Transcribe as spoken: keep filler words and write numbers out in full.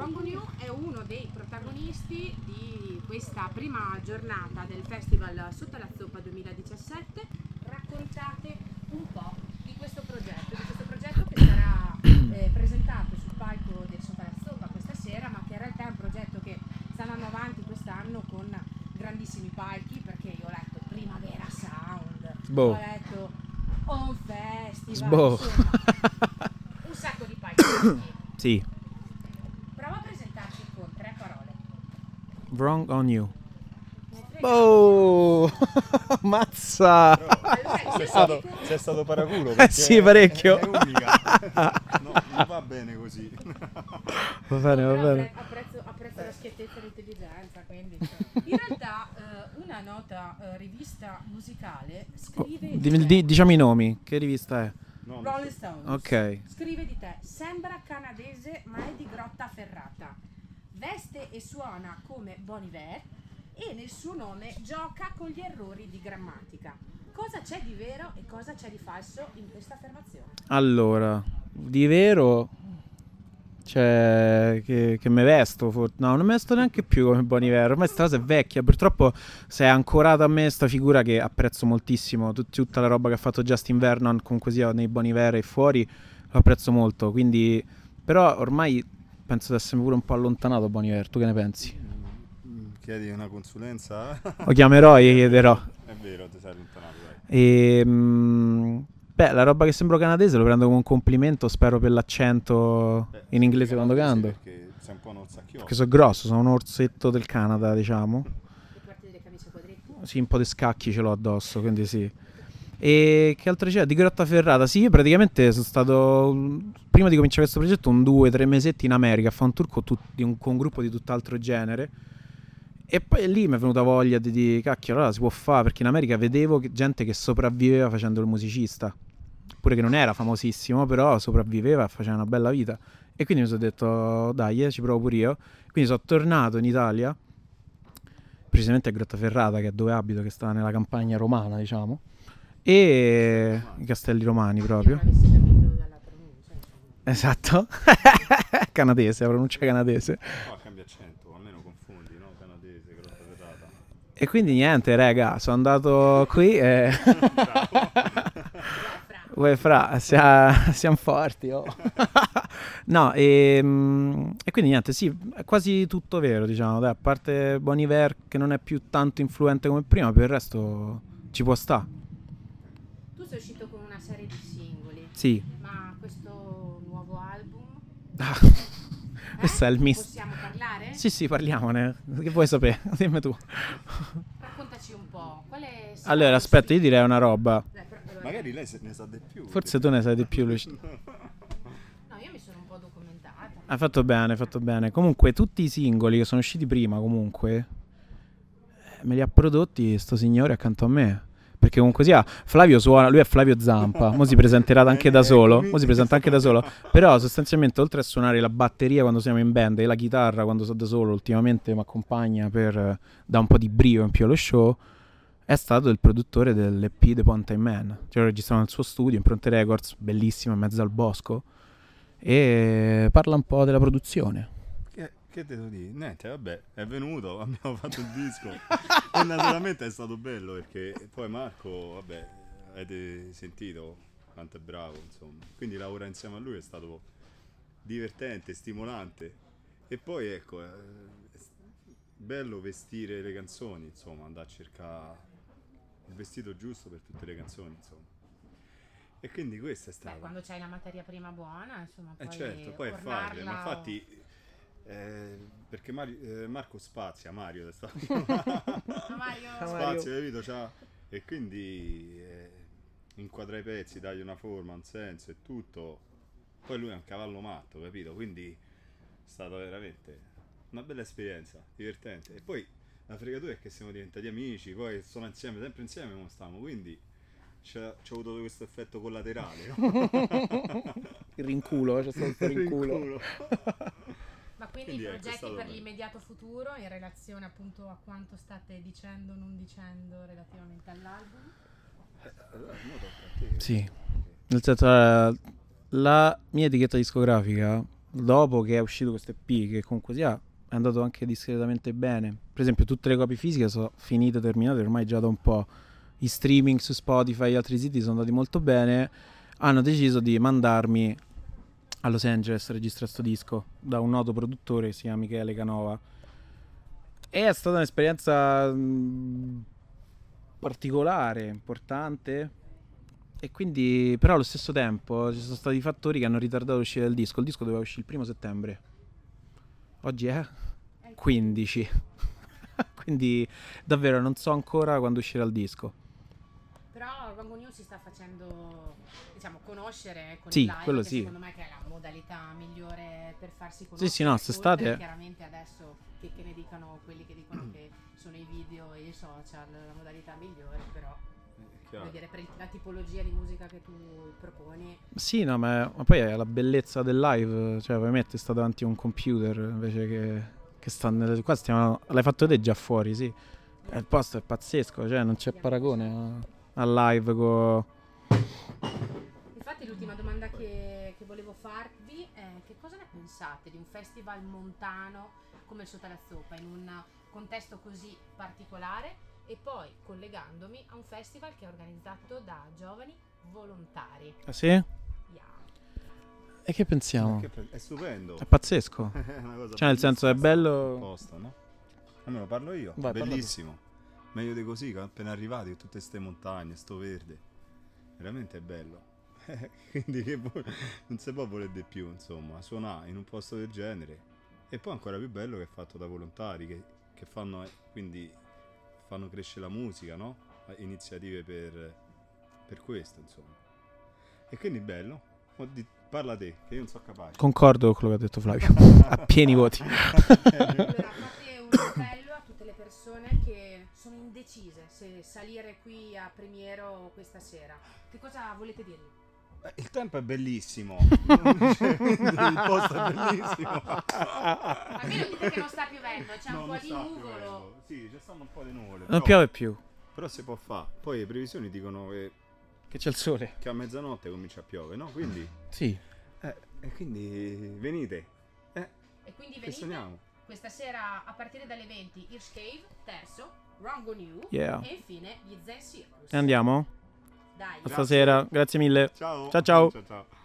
Wrong on You è uno dei protagonisti di questa prima giornata del Festival Sotto la Zoppa duemiladiciassette. Raccontate un po' di questo progetto, di questo progetto che sarà eh, presentato sul palco del Sotto la Zoppa questa sera, ma che in realtà è un progetto che sta andando avanti quest'anno con grandissimi palchi, perché io ho letto Primavera Sound, Sboh. ho letto On Festival, Sboh. insomma, un sacco di palchi. Sì. Prova a presentarci con tre parole. Wrong on You. Oh, mazza! Allora, Sei stato, sei stato paraculo. Eh sì, parecchio. È, è unica. No, non va bene così. Va bene, va bene. Apprezzo, apprezzo la schiettezza e l'intelligenza, quindi cioè. In realtà eh, una nota eh, rivista musicale scrive di, Di- te, di- diciamo i nomi. Che rivista è? No, Rolling Stones. Ok. Scrive di te: sembra canadese ma è di Grottaferrata, veste e suona come Bon Iver e nel suo nome gioca con gli errori di grammatica. Cosa c'è di vero e cosa c'è di falso in questa affermazione? Allora, di vero c'è che, che me vesto, for- no, non me vesto neanche più come Bon Iver, ormai sta cosa è vecchia, purtroppo si è ancorata a me sta figura che apprezzo moltissimo, Tut- tutta la roba che ha fatto Justin Vernon comunque sia nei Bon Iver e fuori, lo apprezzo molto, quindi però ormai penso di essermi pure un po' allontanato Bon Iver, tu che ne pensi? Chiedi una consulenza? Lo chiamerò e gli chiederò. È vero, ti sei allontanato, dai. E, mm, beh, la roba che sembro canadese lo prendo come un complimento, spero per l'accento Beh, in inglese quando canto. Perché sei un po' un orzacchiotto. Perché sono grosso, sono un orsetto del Canada, diciamo. Le parti delle camicie a quadretti? Sì, un po' di scacchi ce l'ho addosso, quindi sì. E che altro c'è? Di Grottaferrata, sì, io praticamente sono stato, mm, prima di cominciare questo progetto, un due, tre mesetti in America a fare un tour con, tut- di un, con un gruppo di tutt'altro genere. E poi lì mi è venuta voglia di, di cacchio, allora si può fare, perché in America vedevo che- gente che sopravviveva facendo il musicista, pure che non era famosissimo, però sopravviveva e faceva una bella vita. E quindi mi sono detto, dai, eh, ci provo pure io. Quindi sono tornato in Italia, precisamente a Grottaferrata, che è dove abito, che sta nella campagna romana, diciamo, e i Castelli Romani proprio. Non avessi capito dalla pronuncia, insomma. Esatto, canadese, la pronuncia canadese. No, cambia accento, almeno confondi, no? Canadese, Grottaferrata. E quindi niente, raga, sono andato qui e... Uè, fra, sia- siamo forti, oh. No, e, mm, e quindi niente, sì, è quasi tutto vero, diciamo, dai, a parte Bon Iver che non è più tanto influente come prima, per il resto ci può sta. Tu sei uscito con una serie di singoli, Sì. ma questo nuovo album, Ah, eh, questo è il mist. possiamo parlare? Sì, sì, parliamone. Che vuoi sapere? Dimmi tu. Raccontaci un po'. Quale sarà Allora, lo aspetta, spi- io direi una roba. Dai, però- allora- Magari lei se ne sa di più. Forse tu ne sai di più, Luci. No, io mi sono un po' documentata. Hai fatto bene, hai fatto bene. Comunque, tutti i singoli che sono usciti prima, comunque, eh, me li ha prodotti sto signore accanto a me. Perché comunque sia, Flavio suona, lui è Flavio Zampa, mo si presenterà anche da solo, mo si presenta anche da solo, però sostanzialmente oltre a suonare la batteria quando siamo in band e la chitarra quando sto da solo, ultimamente mi accompagna per eh, dare un po' di brio in più allo show, è stato il produttore dell'E P The Point Time Man, cioè lo registrato nel suo studio, in Pronte Records, bellissimo, in mezzo al bosco, e parla un po' della produzione. Che, che devo dire? Niente, vabbè, è venuto, abbiamo fatto il disco e naturalmente è stato bello perché poi Marco, vabbè, avete sentito quanto è bravo, insomma. Quindi lavorare insieme a lui è stato divertente, stimolante e poi ecco, è bello vestire le canzoni, insomma, andare a cercare il vestito giusto per tutte le canzoni, insomma. E quindi questo è stato... Beh, quando c'hai la materia prima buona, insomma, Eh poi certo, poi è ornarla facile, ma o- infatti eh, perché Mari- eh, Marco spazia, Mario è stato No, Mario, spazio, capito? C'ha- e quindi eh, inquadra i pezzi, dagli una forma, un senso e tutto. Poi lui è un cavallo matto, capito? Quindi è stata veramente una bella esperienza, divertente. E poi la fregatura è che siamo diventati amici, poi sono insieme, sempre insieme come stiamo, quindi c'è, c'è avuto questo effetto collaterale, no? Il rinculo, c'è stato il rinculo. Rinculo. ma quindi, Quindi i ecco, è progetti stato per bello. l'immediato futuro in relazione appunto a quanto state dicendo o non dicendo relativamente all'album? Allora, mo tocca a te. Sì, nel senso, eh, la mia etichetta discografica dopo che è uscito questo E P, che comunque sia è andato anche discretamente bene. Per esempio tutte le copie fisiche sono finite, terminate ormai già da un po'. I streaming su Spotify e altri siti sono andati molto bene. Hanno deciso di mandarmi a Los Angeles a registrare sto disco da un noto produttore che si chiama Michele Canova. E è stata un'esperienza mh, particolare, importante. E quindi, però allo stesso tempo ci sono stati fattori che hanno ritardato l'uscita del disco. Il disco doveva uscire il primo settembre. Oggi è quindici. Quindi davvero non so ancora quando uscirà il disco. Però Rango New si sta facendo, diciamo, conoscere con Sì, il live, quello che sì. secondo me che è la modalità migliore per farsi conoscere. Sì, sì, no, quest'estate- Oltre, chiaramente adesso che, che ne dicano quelli che dicono che sono i video e i social la modalità migliore, però Chiaro. voglio dire, per il- la tipologia di musica che tu proponi. Sì, no, ma, ma poi è la bellezza del live. Cioè, ovviamente sta davanti a un computer invece che, che sta nelle. Qua stiamo. L'hai fatto te già fuori, sì. E il posto è pazzesco, cioè non c'è paragone a- al live con. Infatti l'ultima domanda che, che volevo farvi è che cosa ne pensate di un festival montano come il Sotto la Zoppa in un contesto così particolare e poi collegandomi a un festival che è organizzato da giovani volontari. Ah, sì? Yeah. E che pensiamo? Che pre- È stupendo. È pazzesco. È una cosa Cioè, nel senso, è bellissima, bello- apposta, no? Almeno parlo io. Vai, parla tu. Bellissimo. Meglio di così, che appena arrivati con tutte queste montagne, sto verde. Veramente è bello. Quindi che vuoi- non si può volere di più, insomma, suonare in un posto del genere. E poi ancora più bello che è fatto da volontari che, che fanno, eh, quindi fanno crescere la musica, no? Iniziative per, per questo, insomma. E quindi bello. Mo di- parla te, che io non sono capace. Concordo con quello che ha detto Flavio. A pieni voti. Allora fate un appello a tutte le persone che sono indecise se salire qui a Primiero questa sera. Che cosa volete dirgli? Eh, Il tempo è bellissimo. Il posto è bellissimo. Almeno dite che non sta piovendo, c'è No, un non po' di sta nuvolo. piovendo. Sì, c'è stato un po' di nuvole. Non però- piove più, Però si può fare. Poi le previsioni dicono che, che c'è il sole. che a mezzanotte comincia a piovere, no? Quindi, Sì. eh, e quindi venite. Eh, E quindi che venite suoniamo. questa sera a partire dalle venti Hirsch Cave, terzo, Rango New Yeah. e infine gli Zen Circus. E andiamo? Dai. A stasera. Grazie mille. Ciao. Ciao, ciao. Ciao ciao.